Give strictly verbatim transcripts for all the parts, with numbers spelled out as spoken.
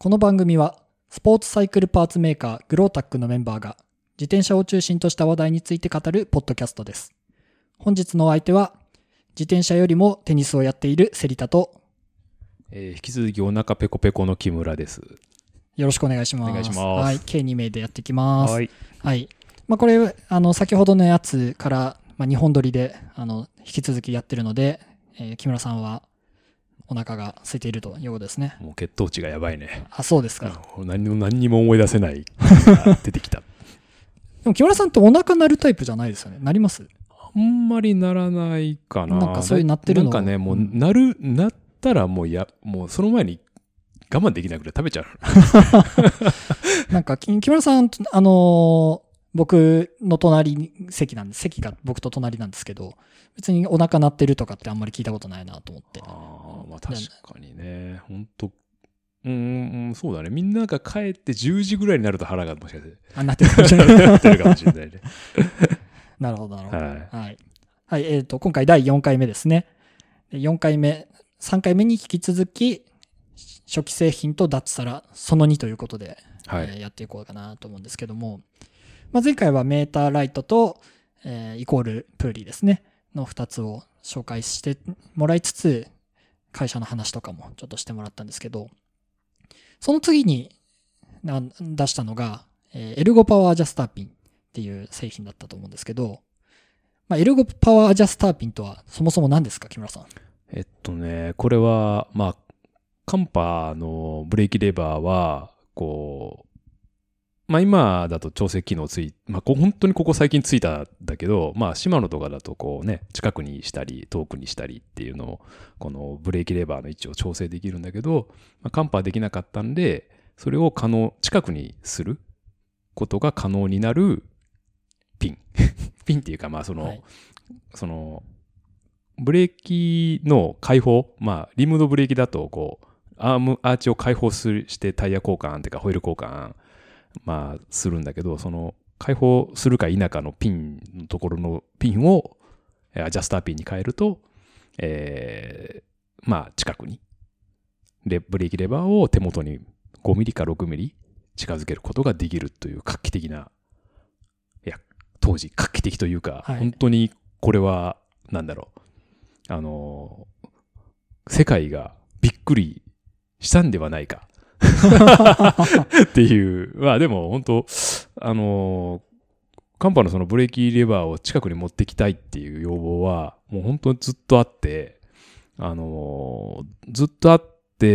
この番組はスポーツサイクルパーツメーカーグロータックのメンバーが自転車を中心とした話題について語るポッドキャストです。本日のお相手は自転車よりもテニスをやっている芹田と、 えー、引き続きお腹ペコペコの木村です。 よろしくお願いします。 お願いします。 はい、計に名でやっていきます。 はい。 はい。まあ、これあの先ほどのやつから、まあ、にほん撮りであの引き続きやってるので、えー、木村さんはお腹が空いているということですね。 もう血糖値がやばいね。 あ、そうですか。 何にも何にも思い出せないが出てきた。 でも木村さんってお腹鳴るタイプじゃないですよね。鳴ります？ あんまりならないかな。 なんかそういう鳴ってるのなんかね、もう鳴る、鳴ったらもうや、もうその前に我慢できなくて食べちゃう。 なんか木村さん、あのー、僕の隣に席なんです。席が僕と隣なんですけど、別にお腹鳴ってるとかってあんまり聞いたことないなと思って。 ああ、まあ確かにね。ほんと、うーん、そうだね。みんなが帰ってじゅうじぐらいになると腹がもしかして。 あ、なってるかもしれない。 なってるかもしれないね。 なるほど、なるほど。 はい。 はい。はい、えっと、今回だいよんかいめですね。よんかいめ、さんかいめに引き続き、初期製品と脱サラ、そのにということで、 はい、 えー、やっていこうかなと思うんですけども、まあ、前回はメーターライトと、えー、イコールプーリーですね、のふたつを紹介してもらいつつ、会社の話とかもちょっとしてもらったんですけど、その次に出したのが、えー、エルゴパワーアジャスターピンっていう製品だったと思うんですけど、まあ、エルゴパワーアジャスターピンとはそもそも何ですか、木村さん。 えっとね、これは、まあ、カンパのブレーキレバーは、こう、まあ今だと調整機能つい、まあ本当にここ最近ついたんだけど、まあシマノとかだとこうね、近くにしたり遠くにしたりっていうのを、このブレーキレバーの位置を調整できるんだけど、まあ、カンパはできなかったんで、それを可能、近くにすることが可能になるピン。ピンっていうかまあその、はい、その、ブレーキの開放、まあリムのブレーキだとこう、アーム、アーチを開放するしてタイヤ交換っていうかホイール交換、まあ、するんだけど、その開放するか否かのピンのところのピンをアジャスターピンに変えると、えー、まあ近くにレブレーキレバーを手元にごミリかろくミリ近づけることができるという画期的な、いや当時画期的というか、はい、本当にこれはなんだろう、あの世界がびっくりしたんではないか。っていう、まあでも本当、あのー、カンパのそのブレーキレバーを近くに持ってきたいっていう要望は、もう本当にずっとあって、あのー、ずっとあって、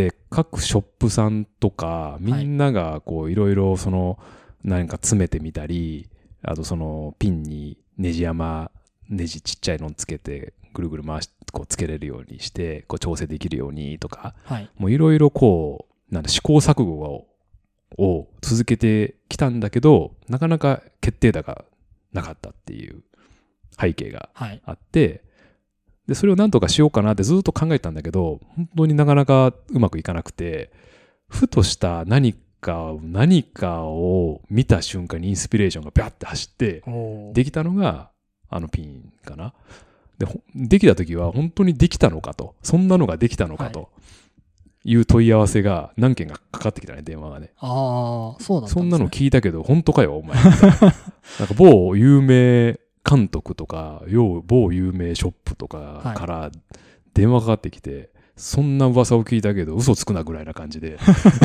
各ショップさんとか、みんながこういろいろその、何か詰めてみたり、あとそのピンにネジ山、ネジちっちゃいのつけて、ぐるぐる回して、こうつけれるようにして、こう調整できるようにとか、はい、もういろいろこう、なんで試行錯誤を、を続けてきたんだけど、なかなか決定打がなかったっていう背景があって、はい、で、それをなんとかしようかなってずっと考えたんだけど、本当になかなかうまくいかなくて、ふとした何か、何かを見た瞬間にインスピレーションがビャッて走って、できたのがあのピンかな。で、できた時は本当にできたのかと、そんなのができたのかと。はいいう問い合わせが何件かかかってきたね、電話がね。 ああ、そうなんですね。 そんなの聞いたけど、本当かよ、お前。なんか某有名監督とか、某有名ショップとかから電話かかってきて、はい、そんな噂を聞いたけど、嘘つくなぐらいな感じで。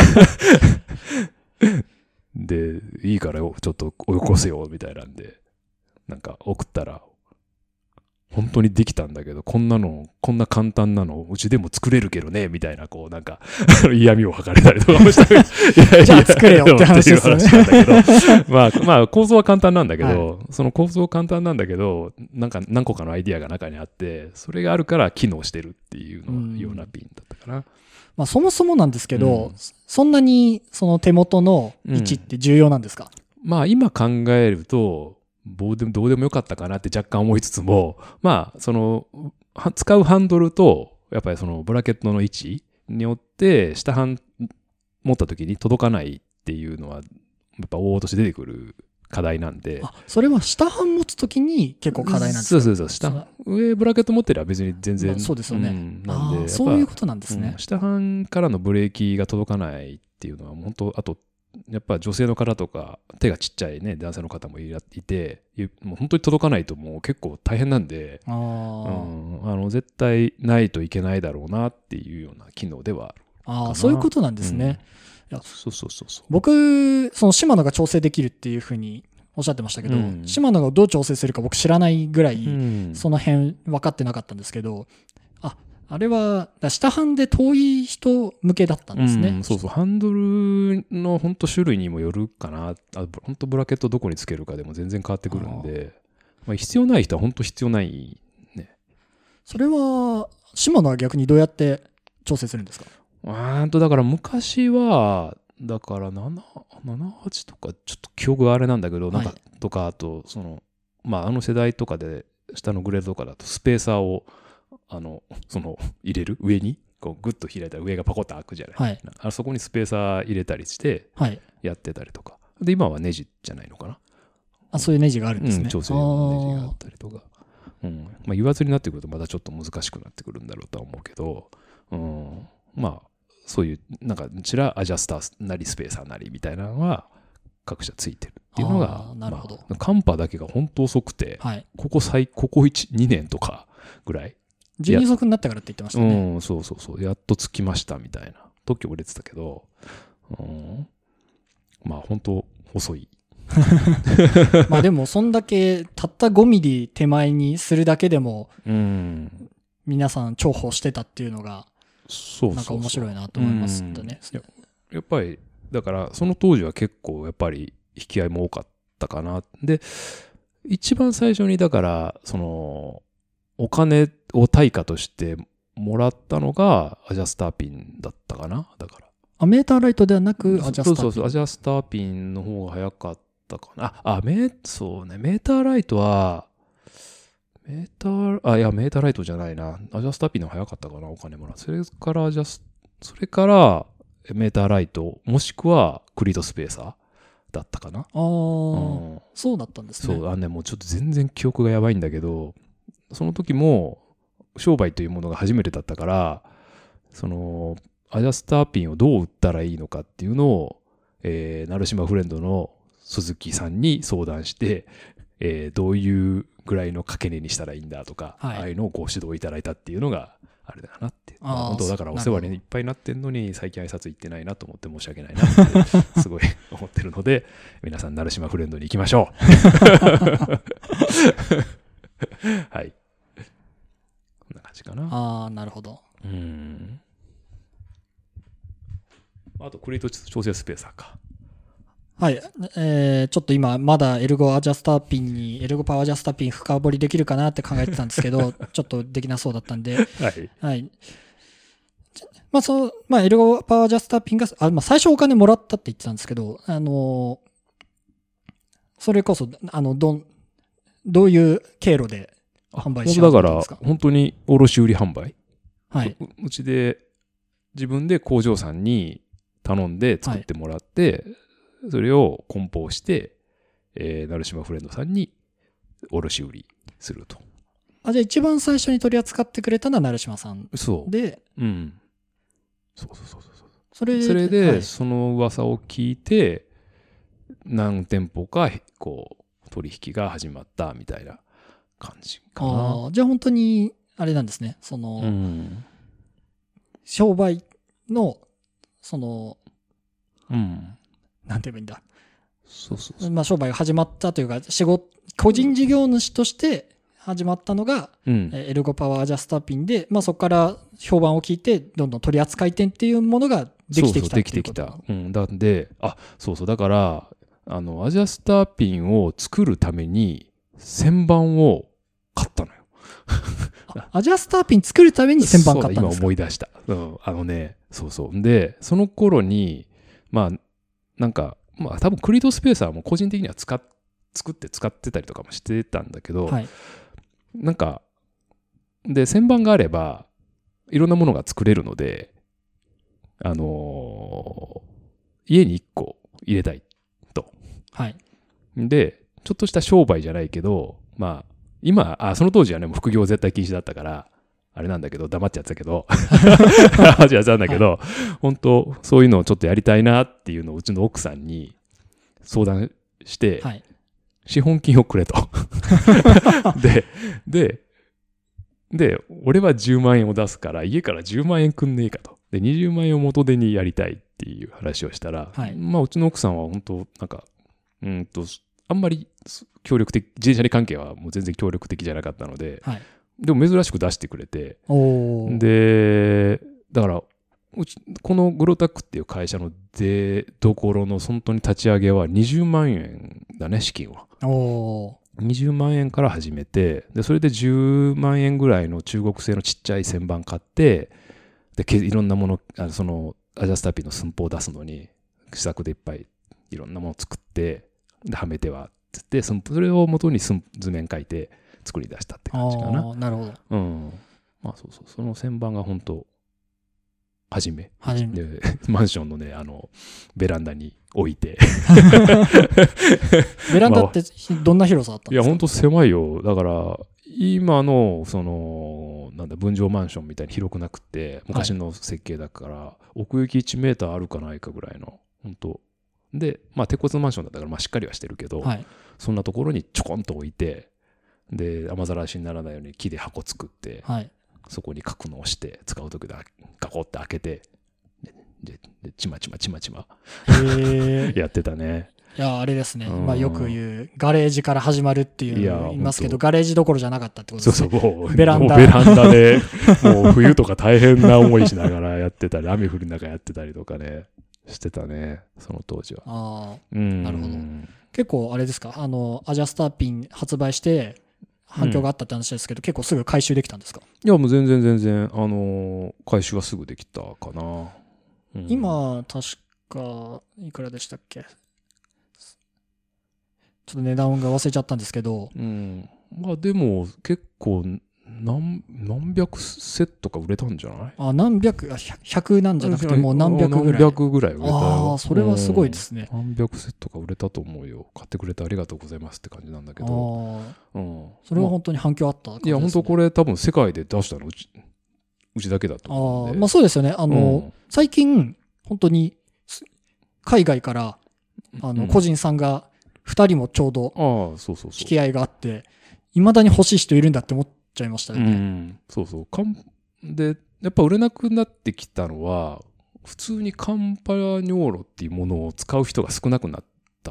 で、いいからちょっと追い越せよ、みたいなんで、なんか送ったら、本当にできたんだけど、こんなの、こんな簡単なの、うちでも作れるけどね、みたいな、こう、なんか、嫌味を吐かれたりとかもした。いやいやじゃあ作れよって話ですよね。 なんだけどまあ、まあ、構造は簡単なんだけど、はい、その構造は簡単なんだけど、なんか何個かのアイディアが中にあって、それがあるから機能してるっていうのようなピンだったかな。 まあ、そもそもなんですけど、うん、そんなにその手元の位置って重要なんですか？ うん、まあ、今考えると、どうでも、どうでもよかったかなって若干思いつつも、まあ、その、使うハンドルと、やっぱりそのブラケットの位置によって、下半持った時に届かないっていうのは、やっぱ大落とし出てくる課題なんで。 あ、それは下半持つときに結構課題なんですか？ そうそうそう。下、上ブラケット持ってれば別に全然。 まあ、そうですよね。 うん、なんで、 そういうことなんですね、 うん。下半からのブレーキが届かないっていうのは、本当あと、やっぱ女性の方とか、手がちっちゃいね、男性の方もいて、もう本当に届かないともう結構大変なんで、 あ、うん、 あの絶対ないといけないだろうなっていうような機能ではある。 ああ、そういうことなんですね。 うん、いやそうそうそうそう。 僕、そのシマノが調整できるっていうふうにおっしゃってましたけど、うん、シマノがどう調整するか僕知らないぐらい、うん、その辺分かってなかったんですけど、あ、あれは下半で遠い人向けだったんですね。 うん、そうそう。ハンドルの本当種類にもよるかな。あ、本当ブラケットどこにつけるかでも全然変わってくるんで、まあ、必要ない人は本当必要ないね。それはシマノは逆にどうやって調整するんですか？ あーとだから昔はだからなな、なな、はちとかちょっと記憶があれなんだけど、はい、なんかとかあとそのまああの世代とかで下のグレードとかだとスペーサーをあのその入れる上にこうグッと開いたら上がパコッと開くじゃない、はい、あそこにスペーサー入れたりしてやってたりとか、はい、で今はネジじゃないのかな。 あ、そういうネジがあるんですね。 うん、調整のネジがあったりとか、うんまあ、油圧になってくるとまたちょっと難しくなってくるんだろうとは思うけど、うん、まあそういうなんかちらアジャスターなりスペーサーなりみたいなのは各社ついてるっていうのが、 なるほど、 まあ、カンパだけが本当遅くて、はい、ここ最ここいち、にねんとかぐらいじゅうに速になったからって言ってましたね。 うん、そうそうそう。やっとつきましたみたいな。特許売れてたけど、うん、まあ本当遅い。 まあでもそんだけたったごミリ手前にするだけでも、うん、皆さん重宝してたっていうのが、そうなんか面白いなと思いますね。 や, やっぱりだからその当時は結構やっぱり引き合いも多かったかな。で、一番最初にだからそのお金を対価としてもらったのがアジャスターピンだったかな。だからあ、メーターライトではなくアジャスターピン。 そうそうそう、アジャスターピンの方が早かったかな。あ、あメそうね、メーターライトはメーターあいやメーターライトじゃないな、アジャスターピンの方が早かったかな、お金もらう。それからアジャスそれからメーターライトもしくはクリードスペーサーだったかな。ああ、 うん、そうだったんですね。 そうあのね、もうちょっと全然記憶がやばいんだけど、その時も商売というものが初めてだったから、そのアジャスターピンをどう売ったらいいのかっていうのを、えー、成島フレンドの鈴木さんに相談して、えー、どういうぐらいの掛け値にしたらいいんだとか、はい、ああいうのをご指導いただいたっていうのがあれだなって。あ、まあ、本当だからお世話にいっぱいになってんのに最近挨拶行ってないなと思って申し訳ないなってすごい思ってるので、皆さん成島フレンドに行きましょう。はい。こんな感じかな。 ああ、なるほど。 うん。あとクリート調整スペーサーか。 はい、えー、ちょっと今まだエルゴアジャスターピンにエルゴパワーアジャスターピン深掘りできるかなって考えてたんですけどちょっとできなそうだったんで、はい、はい、まあそうまあエルゴパワーアジャスターピンがあ、まあ、最初お金もらったって言ってたんですけど、あのー、それこそあのどどういう経路で販売しようと思ったんですか？ だから本当に卸売販売、 はい、 う, うちで自分で工場さんに頼んで作ってもらって、はい、それを梱包して、えー、成島フレンドさんに卸売りすると。 あ、じゃあ一番最初に取り扱ってくれたのは成島さんで。 そう。うん。そうそうそうそう。 それ、 それで、はい、その噂を聞いて、何店舗か、こう、取引が始まったみたいな感じかな。 ああ、じゃあ本当に、あれなんですね。その、うん、商売の、その、 うん。 なんて言えばいいんだ。 そうそうそう。 まあ商売が始まったというか、仕事、個人事業主として始まったのが、うん、エルゴパワーアジャスターピンで、まあそこから評判を聞いて、どんどん取り扱い店っていうものができてきたっていうこと。 そうそう、できてきた。うん。なんで、あ、そうそう。だから、あの、アジャスターピンを作るために、旋盤を買ったのよ。 アジャスターピン作るために旋盤買ったんですか？ 今思い出した。うん。あのね、そうそう。で、その頃に、まあ、なんか、まあ多分クリードスペーサーも個人的には使っ作って使ってたりとかもしてたんだけど、はい、なんかで旋盤があればいろんなものが作れるので、あのー、家にいっこ入れたいと、 はい、 で、ちょっとした商売じゃないけど、まあ、今、あ、その当時はね、もう副業絶対禁止だったから、あれなんだけど、黙っちゃってたけど、黙っちゃってたんだけど、はい、本当そういうのをちょっとやりたいなっていうのをうちの奥さんに相談して、はい、資本金をくれと。で、で、で、俺はじゅうまんえんを出すから、家からじゅうまんえんくんねえかと。で、にじゅうまんえんを元手にやりたいっていう話をしたら、はい、まあ、うちの奥さんは本当なんか、うんと、あんまり協力的、自転車に関係はもう全然協力的じゃなかったので、はい、でも珍しく出してくれて、で、だから、うちこのグロタックっていう会社の出どころの本当に立ち上げはにじゅうまんえんだね、資金は。おにじゅうまんえんから始めて、でそれでじゅうまんえんぐらいの中国製のちっちゃい旋盤買って、でいろんなもの、あのそのアジャスタピンの寸法を出すのに試作でいっぱいいろんなものを作って、ではめてはつって、それを元に図面書いて作り出したって感じかな。 なるほど。 うん。まあそうそう、その旋盤が本当初め。初め。で、マンションのね、あの、ベランダに置いて。 ベランダってどんな広さあったんですか？ いや、本当狭いよ。だから、今の、その、なんだ、分譲マンションみたいに広くなくて、昔の設計だから、はい、奥行きいちメーターあるかないかぐらいの、本当で、まあ、鉄骨マンションだったから、まあ、しっかりはしてるけど、はい、そんなところにちょこんと置いて、で、雨ざらしにならないように木で箱作って、はい、そこに格納して使うときでガコって開けて、で、でちまちまちまちまやってたね。 いや、あれですね。まあよく言う、ガレージから始まるっていうのを言いますけど、ガレージどころじゃなかったってことですね。 そうそう、もうベランダ。 ベランダで、もう冬とか大変な思いしながらやってたり、雨降る中やってたりとかね、してたね、その当時は。 ああ、うん、なるほど。結構あれですか、あの、アジャスターピン発売して、反響があったって話ですけど、うん、結構すぐ回収できたんですか？ いや、もう全然全然、あのー、回収はすぐできたかな。 うん、今、確か、いくらでしたっけ？ちょっと値段が忘れちゃったんですけど。 うん。まあでも、結構、何、何百セットか売れたんじゃない？ あ、何百、ひゃくなんじゃなくてもう何百ぐらい。 何百ぐらい売れたよ。 ああ、それはすごいですね。 何百セットか売れたと思うよ。買ってくれてありがとうございますって感じなんだけど。 あ、うん、それは本当に反響あった感じですね。 いや、本当これ多分世界で出したのうち、うちだけだと思うんで。 あ、まあそうですよね。あの、うん、最近、本当に、海外から、あの、個人さんがふたりもちょうど、引き合いがあって、いまだに欲しい人いるんだって思って、ちゃいましたよね。 うん、そうそう。かんで、やっぱ売れなくなってきたのは、普通にカンパニョーロっていうものを使う人が少なくなった。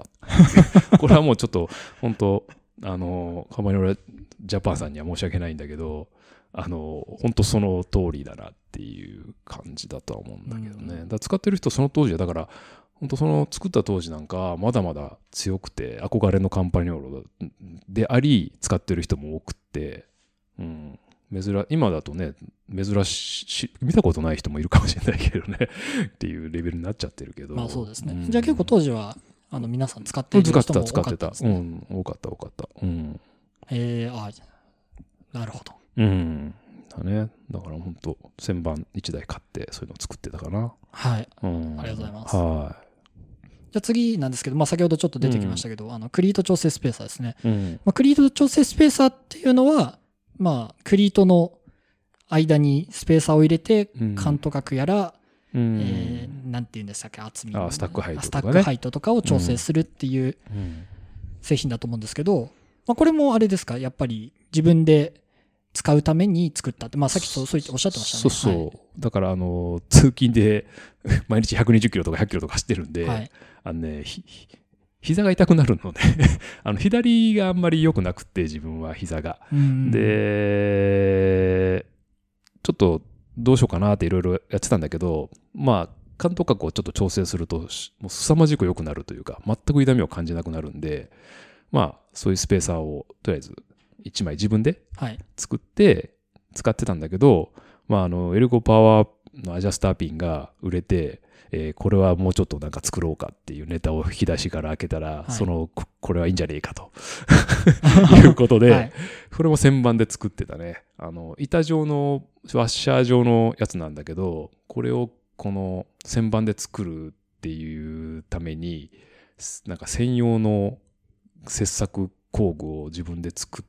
これはもうちょっと、本当あの、カンパニョーロジャパンさんには申し訳ないんだけど、あの、本当その通りだなっていう感じだとは思うんだけどね。うん、だ使ってる人その当時は、だから、本当その作った当時なんか、まだまだ強くて、憧れのカンパニョーロであり、使ってる人も多くて、うん、珍今だとね、珍し見たことない人もいるかもしれないけどねっていうレベルになっちゃってるけど。 まあそうですね。うん、じゃあ結構当時はあの皆さん使っている人も多かったですね。 うん、多かった多かった。うん。 へえ、あ、なるほど。 うん。だね。だから本当旋盤いちだい買ってそういうのを作ってたかな。 はい。 うん、 ありがとうございます。 はい。 じゃあ次なんですけど、まあ、先ほどちょっと出てきましたけど、うん、あのクリート調整スペーサーですね。 うん、 まあ、クリート調整スペーサーっていうのは、まあ、クリートの間にスペーサーを入れて、カント角やら、うん、えー、なんていうんでしたっけ、厚み、 あ、スタックハイトとかね、 スタックハイトとかを調整するっていう製品だと思うんですけど、まあ、これもあれですか、やっぱり自分で使うために作ったって、まあ、さっきそうそうおっしゃってましたね。 そうそう、はい、だからあの通勤で毎日ひゃくにじゅっキロとかひゃっキロとか走ってるんで、はい、あのね、ひ膝が痛くなるのであの左があんまり良くなくて、自分は膝が、うん、でちょっとどうしようかなっていろいろやってたんだけど、まあ関東角をちょっと調整するともう凄まじく良くなるというか、全く痛みを感じなくなるんで、まあそういうスペーサーをとりあえずいちまい自分で作って使ってたんだけど、はい、まああのエルゴパワーのアジャスターピンが売れて、えー、これはもうちょっとなんか作ろうかっていうネタを引き出しから開けたら、はい、そのこれはいいんじゃねえかということで、はい、これも旋盤で作ってたね。あの板状のワッシャー状のやつなんだけど、これをこの旋盤で作るっていうためになんか専用の切削工具を自分で作って、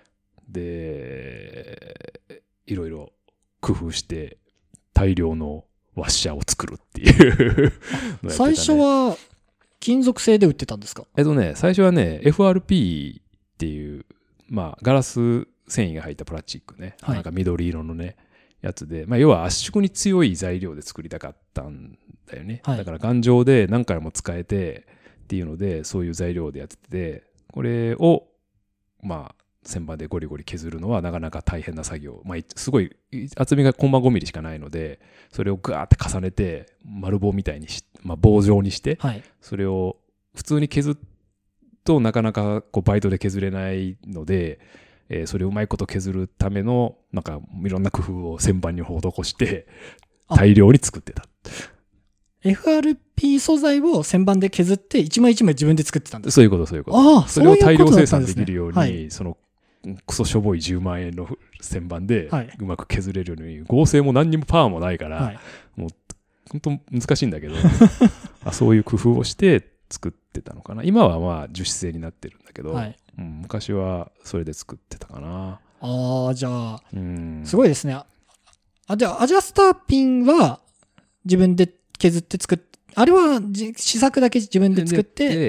で、いろいろ工夫して大量のワッシャーを作るっていうのやってたね。 最初は金属製で売ってたんですか？ えっとね、最初はね、エフアールピー っていう、まあ、ガラス繊維が入ったプラスチックね、はい、なんか緑色のね、やつで、まあ、要は圧縮に強い材料で作りたかったんだよね。はい、だから頑丈で何回も使えてっていうので、そういう材料でやってて、これを、まあ、旋盤でゴリゴリ削るのはなかなか大変な作業。まあ、すごい厚みがコンマごミリしかないので、それをガーって重ねて丸棒みたいにし、まあ、棒状にして、はい、それを普通に削るとなかなかこうバイトで削れないので、えー、それをうまいこと削るためのなんかいろんな工夫を旋盤に施して大量に作ってた。 エフアールピー 素材を旋盤で削って一枚一枚自分で作ってたんですか？ そういうことそういうこと。 ああ、 それを大量生産できるように、 はい、 そのクソしょぼいじゅうまんえんの旋盤でうまく削れるように、合成も何にもパワーもないから、はい、もう本当難しいんだけどあ、そういう工夫をして作ってたのかな。今はまあ樹脂製になってるんだけど、はい、うん、昔はそれで作ってたかな。 ああ、じゃあ、うん、すごいですね。あ、じゃあアジャスターピンは自分で削って作って、あれは試作だけ自分で作って、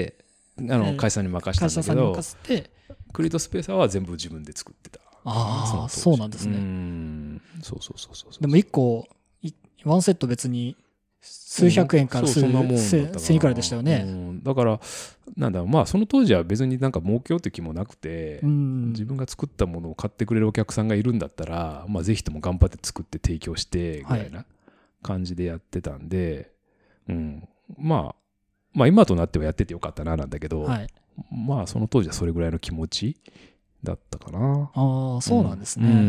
あの会社に任せたんだけど、会社さんに任せてクリートスペーサーは全部自分で作ってた。 ああ、そうなんですね。 うん、そうそうそうそうそう。 でもいっこ、ワンセット別に数百円から数千いくらでしたよね。 うん、だから、なんだろう、まあその当時は別になんか儲けようって気もなくて、うん、自分が作ったものを買ってくれるお客さんがいるんだったら、まあぜひとも頑張って作って提供してぐらいな感じでやってたんで、はい、うん、まあ、まあ今となってはやっててよかったななんだけど、はい、まあその当時はそれぐらいの気持ちだったかな。 ああ、そうなんですね。うんうん、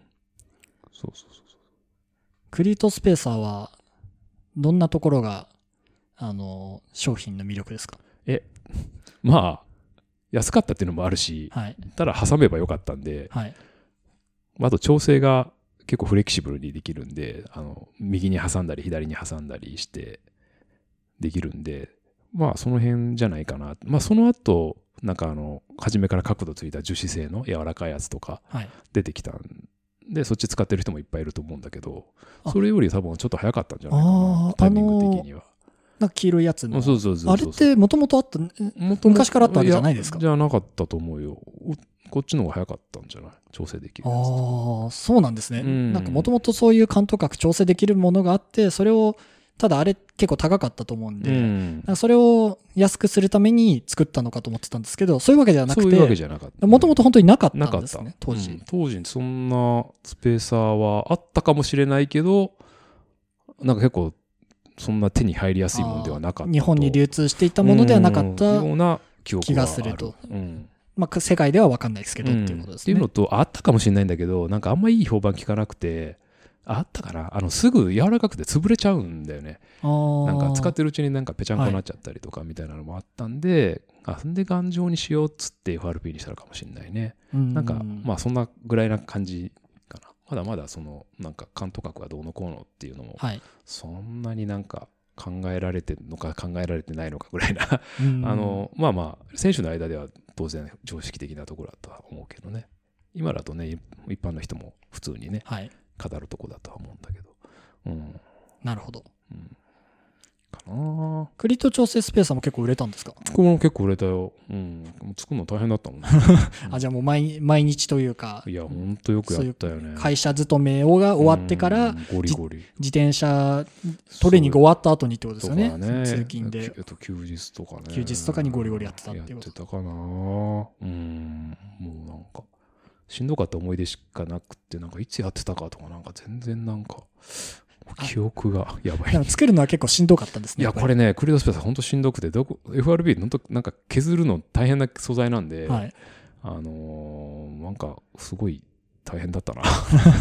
そうそうそうそう。 クリートスペーサーはどんなところがあの商品の魅力ですか？ え、まあ安かったっていうのもあるし、はい、ただ挟めばよかったんで、はい、あと調整が結構フレキシブルにできるんで、あの右に挟んだり左に挟んだりしてできるんで、まあその辺じゃないかな。まあその後なんかあの初めから角度ついた樹脂製の柔らかいやつとか出てきたんで、はい、そっち使ってる人もいっぱいいると思うんだけど、それより多分ちょっと早かったんじゃないかな、タイミング的には。 なんか黄色いやつの。 そうそうそうそう。 あれってもともとあった、昔からあったわけじゃないですか？ じゃなかったと思うよ。こっちの方が早かったんじゃない？調整できるやつ。 ああ、そうなんですね。うん、なんかもともとそういう感度角調整できるものがあって、それをただあれ結構高かったと思うんで、うん、それを安くするために作ったのかと思ってたんですけど、そういうわけじゃなくて、 そういうわけじゃなかった。 もともと本当になかったんですね、当時、 うん。当時そんなスペーサーはあったかもしれないけど、なんか結構そんな手に入りやすいものではなかったと。 日本に流通していたものではなかったような気がすると。うん、まあ、世界では分かんないですけど、うん、っていうことですね。 っていうのと、あったかもしれないんだけど、なんかあんまいい評判聞かなくて、あったかな、あのすぐ柔らかくて潰れちゃうんだよね。なんか使ってるうちになんかぺちゃんこになっちゃったりとかみたいなのもあったんで、はい、あんで頑丈にしようっつって エフアールピー にしたのかもしれないね。んなんかまあそんなぐらいな感じかな。まだまだそのなんか感度角がどうのこうのっていうのも、はい、そんなになんか考えられてるのか考えられてないのかぐらいなあのまあまあ選手の間では当然常識的なところだとは思うけどね。今だとね一般の人も普通にね、はい、語るとこだとは思うんだけど、うん、 なるほど、うん、 かな。 クリット調整スペーサーも結構売れたんですか？ ここも結構売れたよ、うん、もう作るの大変だったもんねあ、じゃあもう 毎, 毎日というか、 いやほんとよくやったよね。 会社勤めが終わってから、ゴリゴリ自転車トレーニング終わった後にってことですよ ね, ね通勤で、 えっと、休日とかね、 休日とかにゴリゴリやってたっていうこと。 やってたかな。うん、もうなんかしんどかった思い出しかなくて、なんかいつやってたかとかなんか全然なんか記憶がやばい。 でも作るのは結構しんどかったんですね。 いやこれねクリートスペーサーほんとしんどくて、どこ エフアールビー 本当なんか削るの大変な素材なんで、はい、あのー、なんかすごい大変だったな。い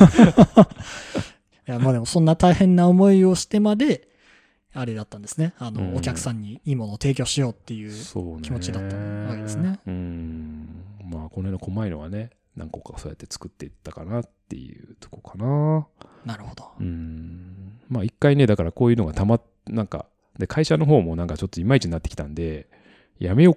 やまあでもそんな大変な思いをしてまであれだったんですね。あの、うん、お客さんにいいものを提供しようっていう気持ちだったわけですね。 うーん、まあこの辺の細いのはね何個かそうやって作っていったかなっていうとこかな。 なるほど。 うん。まあ一回ねだからこういうのがたまっなんかで会社の方もなんかちょっといまいちになってきたんでやめよう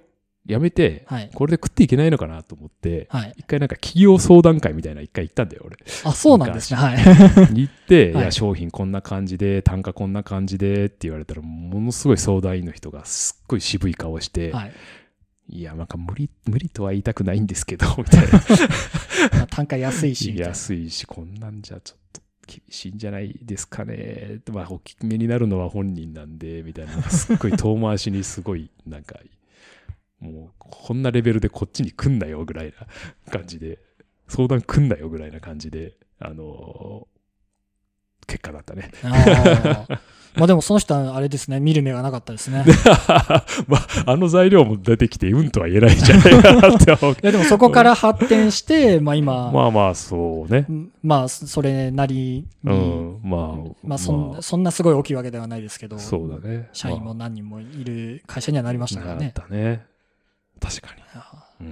辞めて、 はい。 これで食っていけないのかなと思って、 はい。 一回なんか企業相談会みたいな一回行ったんだよ、俺。 あ、そうなんですね。はい。 に行って、 はいいや、商品こんな感じで、単価こんな感じでって言われたら、ものすごい相談員の人がすっごい渋い顔して、 はい。 いや、なんか無理、無理とは言いたくないんですけど、みたいな。 まあ単価安いしみたいな。 安いし、こんなんじゃちょっと厳しいんじゃないですかね。まあ、大きめになるのは本人なんで、みたいな。すっごい遠回しにすごい、なんか、もう、こんなレベルでこっちに来んなよぐらいな感じで、相談来んなよぐらいな感じで、あのー、結果だったね。 あまあでもその人はあれですね、見る目がなかったですね。 まあ、あの材料も出てきて、うんとは言えないんじゃないかなって思う。 いやでもそこから発展して、まあ今、 まあまあ、そうね。 まあそれなりに、 うん、まあ、 まあそん、まあ、そんなすごい大きいわけではないですけど、 そうだね。 社員も何人もいる会社にはなりましたからね。 なったね。確かに。うん、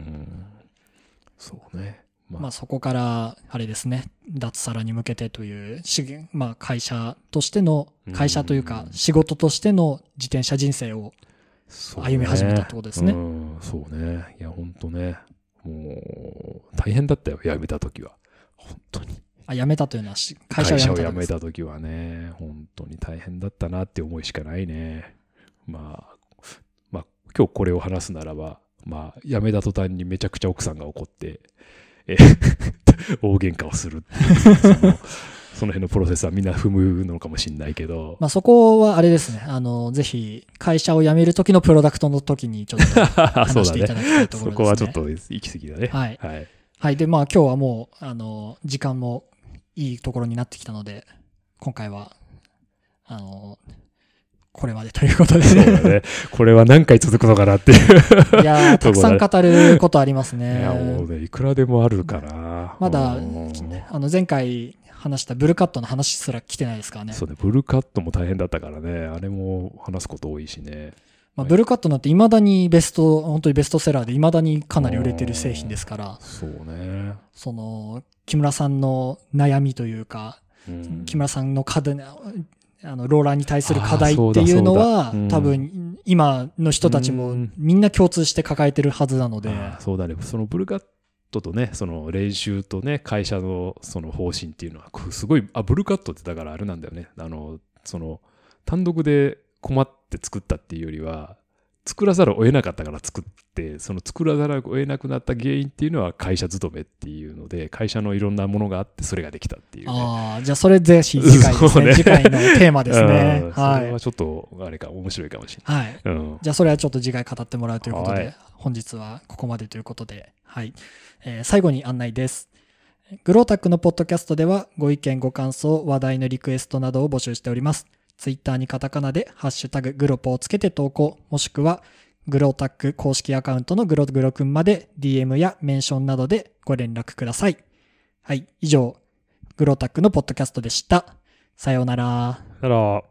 そうね。 まあ、まあそこからあれですね、脱サラに向けてというし、まあ、会社としての会社というか仕事としての自転車人生を歩み始めたってことですね。 そうね。うん、そうね。いや本当ね、もう大変だったよ、辞めた時は本当に。 あ、辞めたというのは会社を辞めた会社を辞めた時はね、本当に大変だったなって思いしかないね。まあまあ今日これを話すならば、まあ辞めた途端にめちゃくちゃ奥さんが怒って。え大喧嘩をするっていうその、その辺のプロセスはみんな踏むのかもしれないけど、 まあそこはあれですね、あのぜひ会社を辞める時のプロダクトの時にちょっと話していただきたいところですね。そこはちょっと行き過ぎだね。 はい、 はいはい、でまあ今日はもうあの時間もいいところになってきたので、今回はあのこれまでということで、 そうだね。これは何回続くのかなっていう。 いやー、たくさん語ることありますね。 いや、もうね、いくらでもあるから。 まだ、あの、前回話したブルーカットの話すら来てないですからね。 そうね、ブルーカットも大変だったからね。あれも話すこと多いしね。 まあ、ブルーカットなんて未だにベスト、本当にベストセラーで未だにかなり売れてる製品ですから。 そうね。 その、木村さんの悩みというか、うん、木村さんの課題、あのローラーに対する課題っていうのは、うん、多分今の人たちもみんな共通して抱えてるはずなので、 あそうだね。そのブルーカットとね、その練習とね、会社のその方針っていうのはすごい、あブルーカットってだからあれなんだよね。あのその単独で困って作ったっていうよりは、作らざるを得なかったから作って、その作らざるを得なくなった原因っていうのは会社勤めっていうので、会社のいろんなものがあってそれができたっていう、ね、 ああ、じゃあそれぜひ次回ですね。ね次回のテーマですね。 はい。それはちょっとあれか面白いかもしれない。 はい。うん、じゃあそれはちょっと次回語ってもらうということで、はい、本日はここまでということで、はい。えー、最後に案内です。グロータックのポッドキャストではご意見ご感想、話題のリクエストなどを募集しております。ツイッターにカタカナでハッシュタググロポをつけて投稿、もしくはグロータック公式アカウントのグログロくんまで ディーエム やメンションなどでご連絡ください。はい、以上、グロータックのポッドキャストでした。さようなら。 さよなら。